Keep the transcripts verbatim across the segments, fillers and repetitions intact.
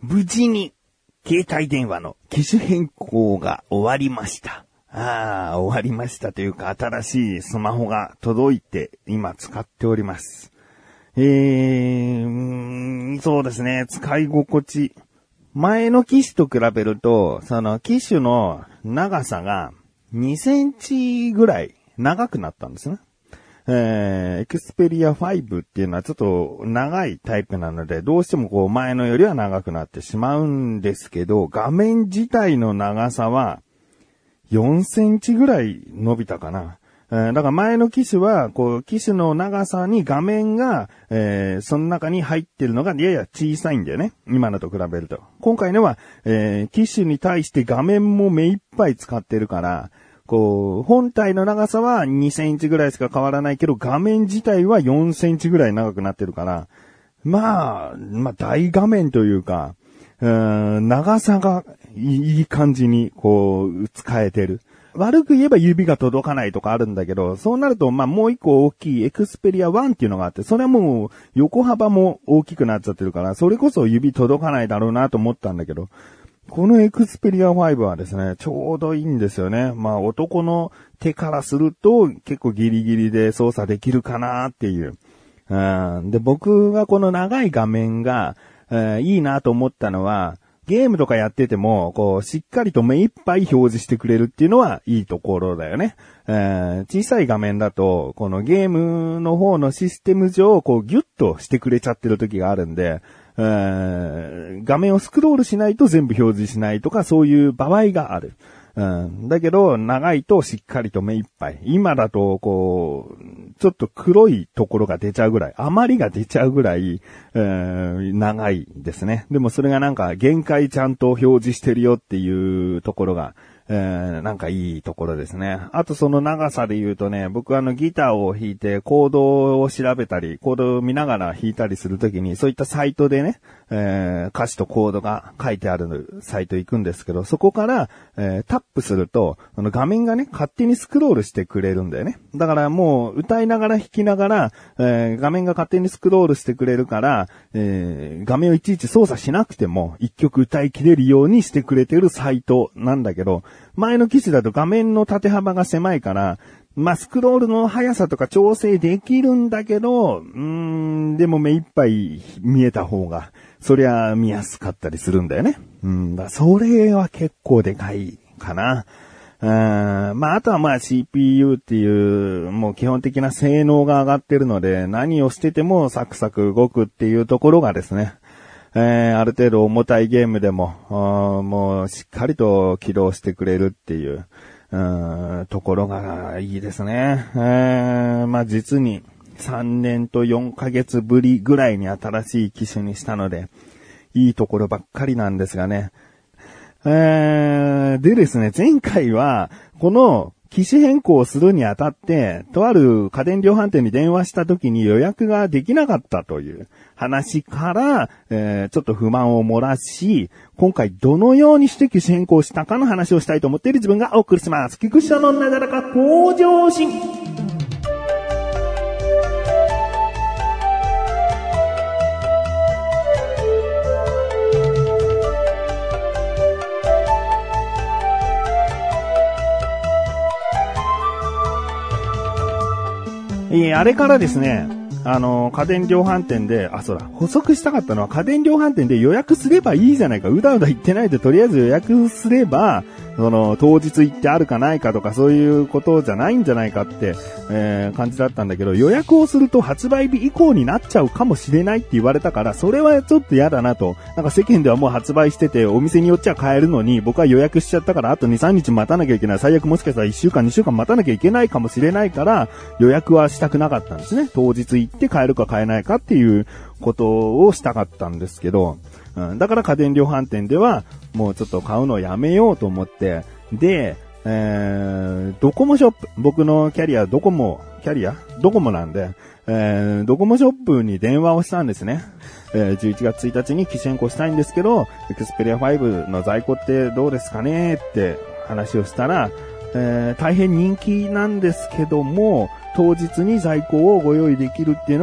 無事に携帯電話の機種変更が終わりました。ああ、終わりましたというか、新しいスマホが届いて今使っております。えー、うーんそうですね、使い心地。前の機種と比べると、その機種の長さがにセンチぐらい長くなったんですね。えー、Xperia ファイブっていうのはちょっと長いタイプなので、どうしてもこう前のよりは長くなってしまうんですけど、画面自体の長さはよんセンチぐらい伸びたかな。えー、だから前の機種は、こう、機種の長さに画面が、えー、その中に入ってるのがやや小さいんだよね。今のと比べると。今回のは、えー、機種に対して画面も目いっぱい使ってるから、こう、本体の長さはにセンチぐらいしか変わらないけど、画面自体はよんセンチぐらい長くなってるから、まあ、まあ大画面というか、うーん、長さがいい感じに、こう、使えてる。悪く言えば指が届かないとかあるんだけど、そうなると、まあ、もう一個大きいエクスペリアワンっていうのがあって、それはもう横幅も大きくなっちゃってるから、それこそ指届かないだろうなと思ったんだけど、このエクスペリアファイブはですね、ちょうどいいんですよね。まあ、男の手からすると結構ギリギリで操作できるかなっていう。うん、で、僕がこの長い画面が、えー、いいなと思ったのは、ゲームとかやってても、こう、しっかりと目いっぱい表示してくれるっていうのはいいところだよね。えー、小さい画面だと、このゲームの方のシステム上、こう、ギュッとしてくれちゃってる時があるんで、えー、画面をスクロールしないと全部表示しないとか、そういう場合がある。うん。だけど、長いとしっかりと目いっぱい。今だと、こう、ちょっと黒いところが出ちゃうぐらい、余りが出ちゃうぐらい、えー、長いですね。でもそれがなんか限界ちゃんと表示してるよっていうところが、えー、なんかいいところですね。あとその長さで言うとね、僕あのギターを弾いてコードを調べたり、コードを見ながら弾いたりするときに、そういったサイトでね、えー、歌詞とコードが書いてあるサイト行くんですけど、そこから、えー、タップすると、あの画面がね、勝手にスクロールしてくれるんだよね。だからもう歌いながら弾きながら、えー、画面が勝手にスクロールしてくれるから、えー、画面をいちいち操作しなくても一曲歌い切れるようにしてくれてるサイトなんだけど、前の機種だと画面の縦幅が狭いから、まあ、スクロールの速さとか調整できるんだけど、うーん、でも目いっぱい見えた方が、そりゃ見やすかったりするんだよね。うん、だそれは結構でかいかな。うん、まあ、あとはまあ シーピーユー っていう、もう基本的な性能が上がってるので、何をしててもサクサク動くっていうところがですね、えー、ある程度重たいゲームでも、もうしっかりと起動してくれるっていう、うーんところがいいですね。えー、まあ実にさんねんとよんかげつぶりぐらいに新しい機種にしたので、いいところばっかりなんですがね。えー、でですね、前回はこの機種変更をするにあたって、とある家電量販店に電話した時に予約ができなかったという話から、えー、ちょっと不満を漏らし、今回どのようにして機種変更したかの話をしたいと思っている自分がお送りします。菊池のなだらか向上心。えー、あれからですね、あの、家電量販店で、あ、そうだ、補足したかったのは家電量販店で予約すればいいじゃないか。うだうだ言ってないでとりあえず予約すれば、その、当日行ってあるかないかとかそういうことじゃないんじゃないかって、えー、感じだったんだけど、予約をすると発売日以降になっちゃうかもしれないって言われたから、それはちょっと嫌だなと。なんか世間ではもう発売してて、お店によっちゃ買えるのに、僕は予約しちゃったからあとに、さんにち待たなきゃいけない。最悪もしかしたらいっしゅうかん、にしゅうかん待たなきゃいけないかもしれないから、予約はしたくなかったんですね。当日行って買えるか買えないかっていうことをしたかったんですけど、うん、だから家電量販店ではもうちょっと買うのをやめようと思って、で、えー、ドコモショップ、僕のキャリアドコモ、キャリアドコモなんで、えー、ドコモショップに電話をしたんですね。えー、じゅういちがつついたちに機種変更したいんですけど、エクスペリアファイブの在庫ってどうですかねって話をしたら、えー、大変人気なんですけども、当日に在庫をご用意できるっていうのは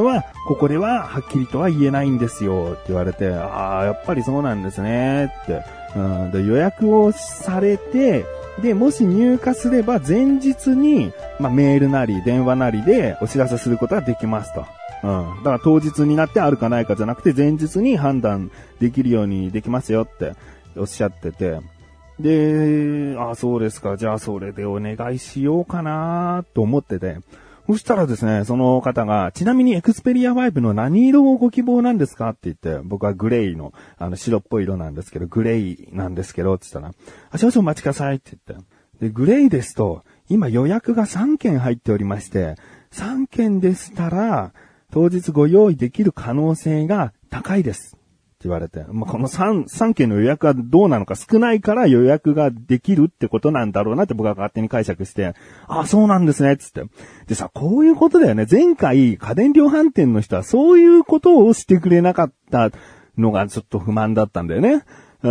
ここでははっきりとは言えないんですよって言われて、ああ、やっぱりそうなんですねって、うん、で予約をされて、で、もし入荷すれば前日に、まあ、メールなり電話なりでお知らせすることができますと。うん。だから当日になってあるかないかじゃなくて前日に判断できるようにできますよっておっしゃってて。で、あ、そうですか。じゃあそれでお願いしようかなと思ってて。そしたらですね、その方が、ちなみにエクスペリアファイブの何色をご希望なんですかって言って、僕はグレイの、あの白っぽい色なんですけど、グレイなんですけど、って言ったら、あ、少々お待ちくださいって言って。で、グレイですと、今予約がさんけん入っておりまして、さんけんでしたら、当日ご用意できる可能性が高いです。って言われて。まあ、この3、3件の予約がどうなのか少ないから予約ができるってことなんだろうなって僕は勝手に解釈して、あ、そうなんですね、つって。でさ、こういうことだよね。前回家電量販店の人はそういうことをしてくれなかったのがちょっと不満だったんだよね。うん、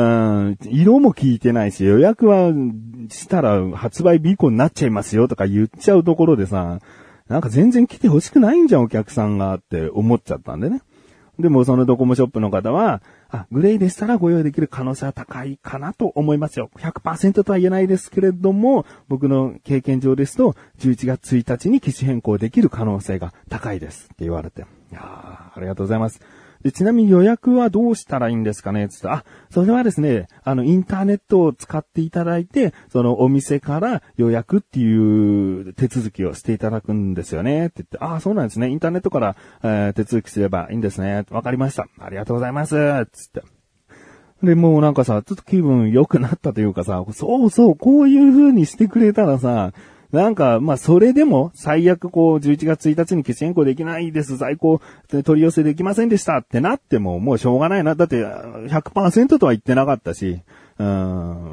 色も聞いてないし、予約はしたら発売日以降になっちゃいますよとか言っちゃうところでさ、なんか全然来てほしくないんじゃんお客さんがって思っちゃったんでね。でもそのドコモショップの方は、あ、グレイでしたらご用意できる可能性は高いかなと思いますよ。ひゃくパーセント とは言えないですけれども、僕の経験上ですと、じゅういちがつついたちに機種変更できる可能性が高いですって言われて。いやー、ありがとうございます。で、ちなみに予約はどうしたらいいんですかねつって、あ、それはですね、あの、インターネットを使っていただいて、そのお店から予約っていう手続きをしていただくんですよねって言って、あ、そうなんですね。インターネットから、えー、手続きすればいいんですね。わかりました。ありがとうございます。つって。で、もうなんかさ、ちょっと気分良くなったというかさ、そうそう、こういう風にしてくれたらさ、なんか、まあ、それでも、最悪こう、じゅういちがつついたちに機種変更できないです。在庫、取り寄せできませんでしたってなっても、もうしょうがないな。だって、ひゃくパーセント とは言ってなかったし、うん、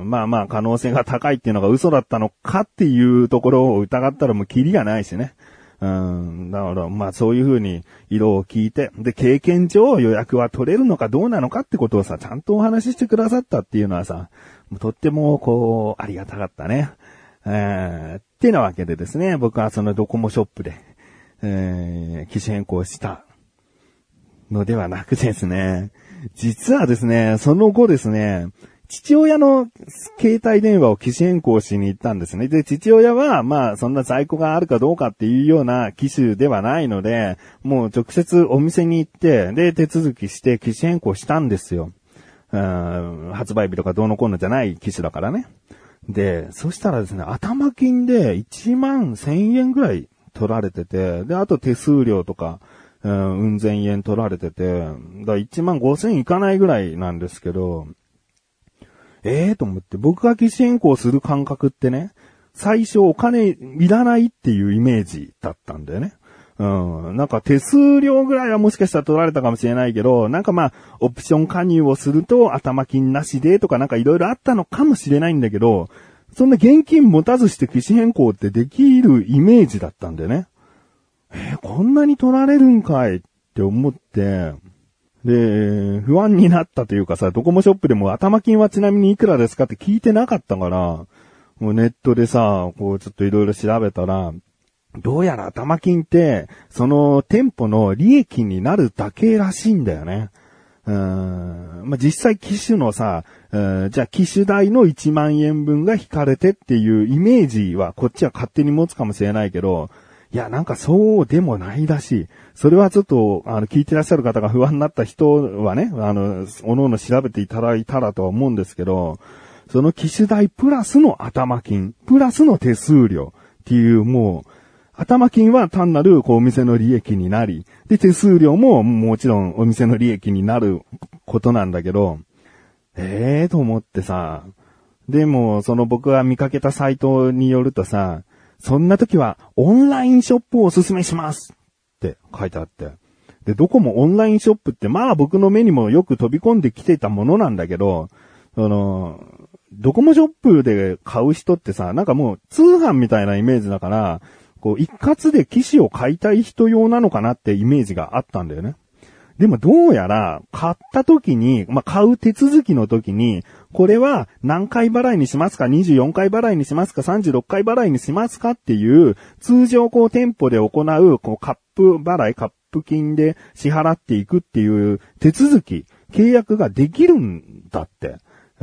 まあまあ、可能性が高いっていうのが嘘だったのかっていうところを疑ったらもうキリがないしね。うん、だから、まあそういう風に色を聞いて、で、経験上予約は取れるのかどうなのかってことをさ、ちゃんとお話ししてくださったっていうのはさ、とってもこう、ありがたかったね。えー、ってなわけでですね、僕はそのドコモショップで、えー、機種変更したのではなくですね、実はですね、その後ですね、父親の携帯電話を機種変更しに行ったんですね。で、父親は、まあ、そんな在庫があるかどうかっていうような機種ではないので、もう直接お店に行って、で、手続きして機種変更したんですよ。うん、発売日とかどうのこうのじゃない機種だからね。で、そしたらですね、頭金でいちまんせんえんぐらい取られてて、で、あと手数料とか、うん、うん千円取られてて、だからいちまんごせんいかないぐらいなんですけど、ええー、と思って、僕が機種変更する感覚ってね、最初お金いらないっていうイメージだったんだよね。うん。なんか手数料ぐらいはもしかしたら取られたかもしれないけど、なんかまあ、オプション加入をすると頭金なしでとかなんかいろいろあったのかもしれないんだけど、そんな現金持たずして機種変更ってできるイメージだったんだよね。えー、こんなに取られるんかいって思って、で、不安になったというかさ、ドコモショップでも頭金はちなみにいくらですかって聞いてなかったから、もうネットでさ、こうちょっといろいろ調べたら、どうやら頭金って、その店舗の利益になるだけらしいんだよね。うーん。まあ、実際機種のさ、じゃあ機種代のいちまんえんぶんが引かれてっていうイメージはこっちは勝手に持つかもしれないけど、いや、なんかそうでもないらしい。それはちょっと、あの、聞いてらっしゃる方が不安になった人はね、あの、おのおの調べていただいたらとは思うんですけど、その機種代プラスの頭金、プラスの手数料っていう、もう、頭金は単なるこうお店の利益になり、で手数料ももちろんお店の利益になることなんだけど、ええーと思ってさ、でもその僕が見かけたサイトによるとさ、そんな時はオンラインショップをおすすめしますって書いてあって、でどこもオンラインショップってまあ僕の目にもよく飛び込んできてたものなんだけど、そのドコモショップで買う人ってさ、なんかもう通販みたいなイメージだから。こう、一括で機種を買いたい人用なのかなってイメージがあったんだよね。でもどうやら、買った時に、まあ、買う手続きの時に、これは何回払いにしますか ?にじゅうよん 回払いにしますか ?さんじゅうろっかい払いにしますかっていう、通常こう店舗で行う、こうカップ払い、カップ金で支払っていくっていう手続き、契約ができるんだって。うん、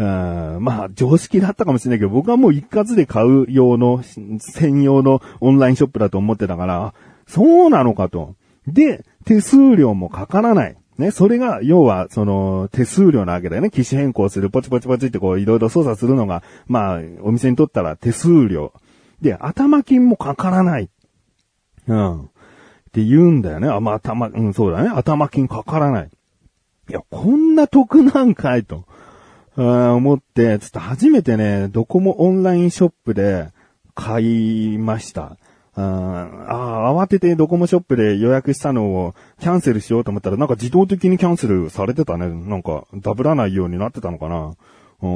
まあ、常識だったかもしれないけど、僕はもう一括で買う用の、専用のオンラインショップだと思ってたから、そうなのかと。で、手数料もかからない。ね、それが、要は、その、手数料なわけだよね。機種変更する、ポチポチポチってこう、いろいろ操作するのが、まあ、お店にとったら手数料。で、頭金もかからない。うん。って言うんだよね。あ、まあ、頭、うん、そうだね。頭金かからない。いや、こんな得なんかいと。思って、ちょっと初めてね、ドコモオンラインショップで買いました。ああ、慌ててドコモショップで予約したのをキャンセルしようと思ったらなんか自動的にキャンセルされてたね。なんかダブらないようになってたのかな。うん、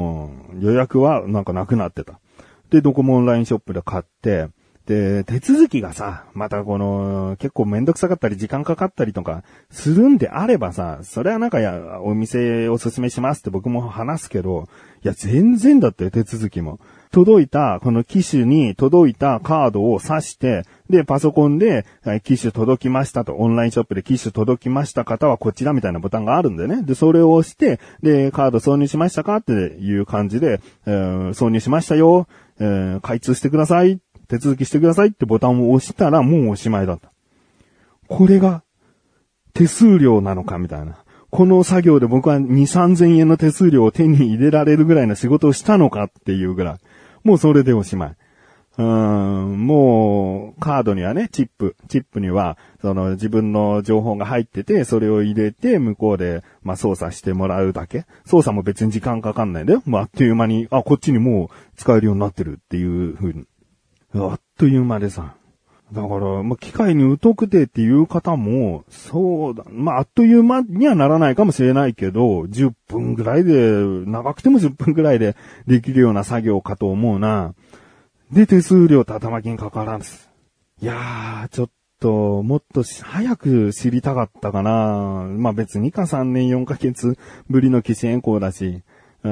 予約はなんかなくなってた。で、ドコモオンラインショップで買って、で、手続きがさ、またこの、結構めんどくさかったり時間かかったりとかするんであればさ、それはなんかや、お店おすすめしますって僕も話すけど、いや、全然だって手続きも。届いた、この機種に届いたカードを挿して、で、パソコンで、機種届きましたと、オンラインショップで機種届きました方はこちらみたいなボタンがあるんでね。で、それを押して、で、カード挿入しましたかっていう感じで、えー、挿入しましたよ、えー、開通してください。手続きしてくださいってボタンを押したらもうおしまいだった。これが手数料なのかみたいな。この作業で僕はに、さんぜんえんの手数料を手に入れられるぐらいの仕事をしたのかっていうぐらい。もうそれでおしまい。うーん、もうカードにはね、チップ、チップにはその自分の情報が入ってて、それを入れて向こうでまあ操作してもらうだけ。操作も別に時間かかんないんだよ。もうあっという間に、あ、こっちにもう使えるようになってるっていう風に。あっという間でさ。だから、まあ、機械に疎くてっていう方も、そうだ、まあ、あっという間にはならないかもしれないけど、じゅっぷんぐらいで、長くてもじゅっぷんぐらいでできるような作業かと思うな。で、手数料と頭金かからず。いやー、ちょっと、もっと早く知りたかったかな。まあ、別にかさんねんよんかげつぶりの機種変更だし、うん、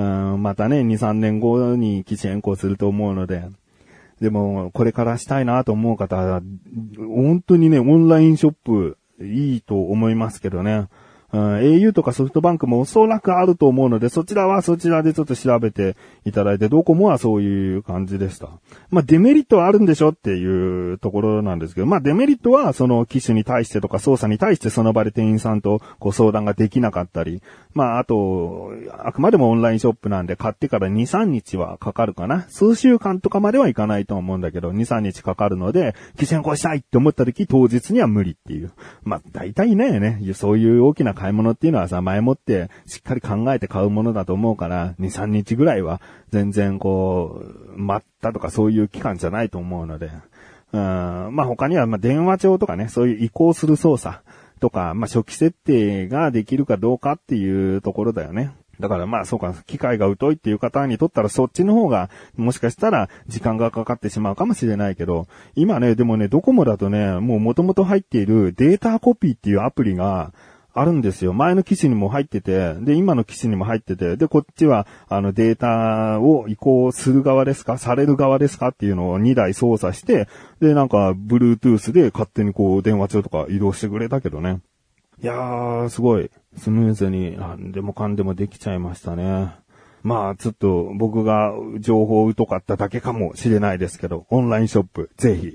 またね、に、さんねんごに機種変更すると思うので、でも、これからしたいなと思う方は、本当にね、オンラインショップ、いいと思いますけどね。うん、エーユー とかソフトバンクもおそらくあると思うので、そちらはそちらでちょっと調べていただいて、ドコモはそういう感じでした。まあ、デメリットはあるんでしょっていうところなんですけど、まあ、デメリットはその機種に対してとか操作に対してその場で店員さんとこう相談ができなかったり、まあ、あと、あくまでもオンラインショップなんで買ってからに、さんにちはかかるかな。数週間とかまではいかないと思うんだけど、に、さんにちかかるので、機種変更したいって思った時当日には無理っていう。まあ、大体ね、ね、そういう大きな買い物っていうのはさ、前もってしっかり考えて買うものだと思うから、に、さんにちぐらいは全然こう、待ったとかそういう期間じゃないと思うので、うん、まあ他にはまあ電話帳とかね、そういう移行する操作とか、まあ初期設定ができるかどうかっていうところだよね。だからまあそうか、機械が疎いっていう方にとったらそっちの方がもしかしたら時間がかかってしまうかもしれないけど、今ね、でもね、ドコモだとね、もう元々入っているデータコピーっていうアプリがあるんですよ。前の機種にも入ってて、で、今の機種にも入ってて、で、こっちは、あの、データを移行する側ですかされる側ですかっていうのをにだい操作して、で、なんか、Bluetooth で勝手にこう、電話帳とか移動してくれたけどね。いやー、すごい、スムーズに、なんでもかんでもできちゃいましたね。まあ、ちょっと、僕が情報疎かっただけかもしれないですけど、オンラインショップ、ぜひ。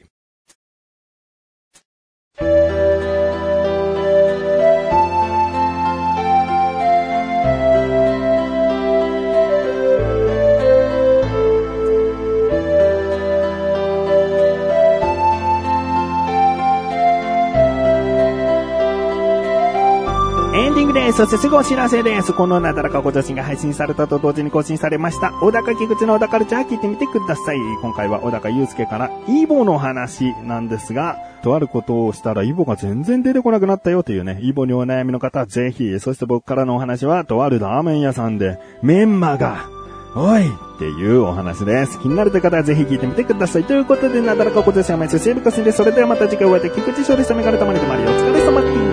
そしてすぐお知らせです。このなだらかご女子が配信されたと同時に更新されました。小高菊池の小高カルチャー聞いてみてください。今回は小高祐介からイボの話なんですが、とあることをしたらイボが全然出てこなくなったよというね、イボにお悩みの方はぜひ、そして僕からのお話はとあるラーメン屋さんでメンマがおいっていうお話です。気になるという方はぜひ聞いてみてください。ということでなだらかご女子は毎週セールコスで、それではまた次回お会いで菊池勝利したメガネたまにでもありお疲れ様です。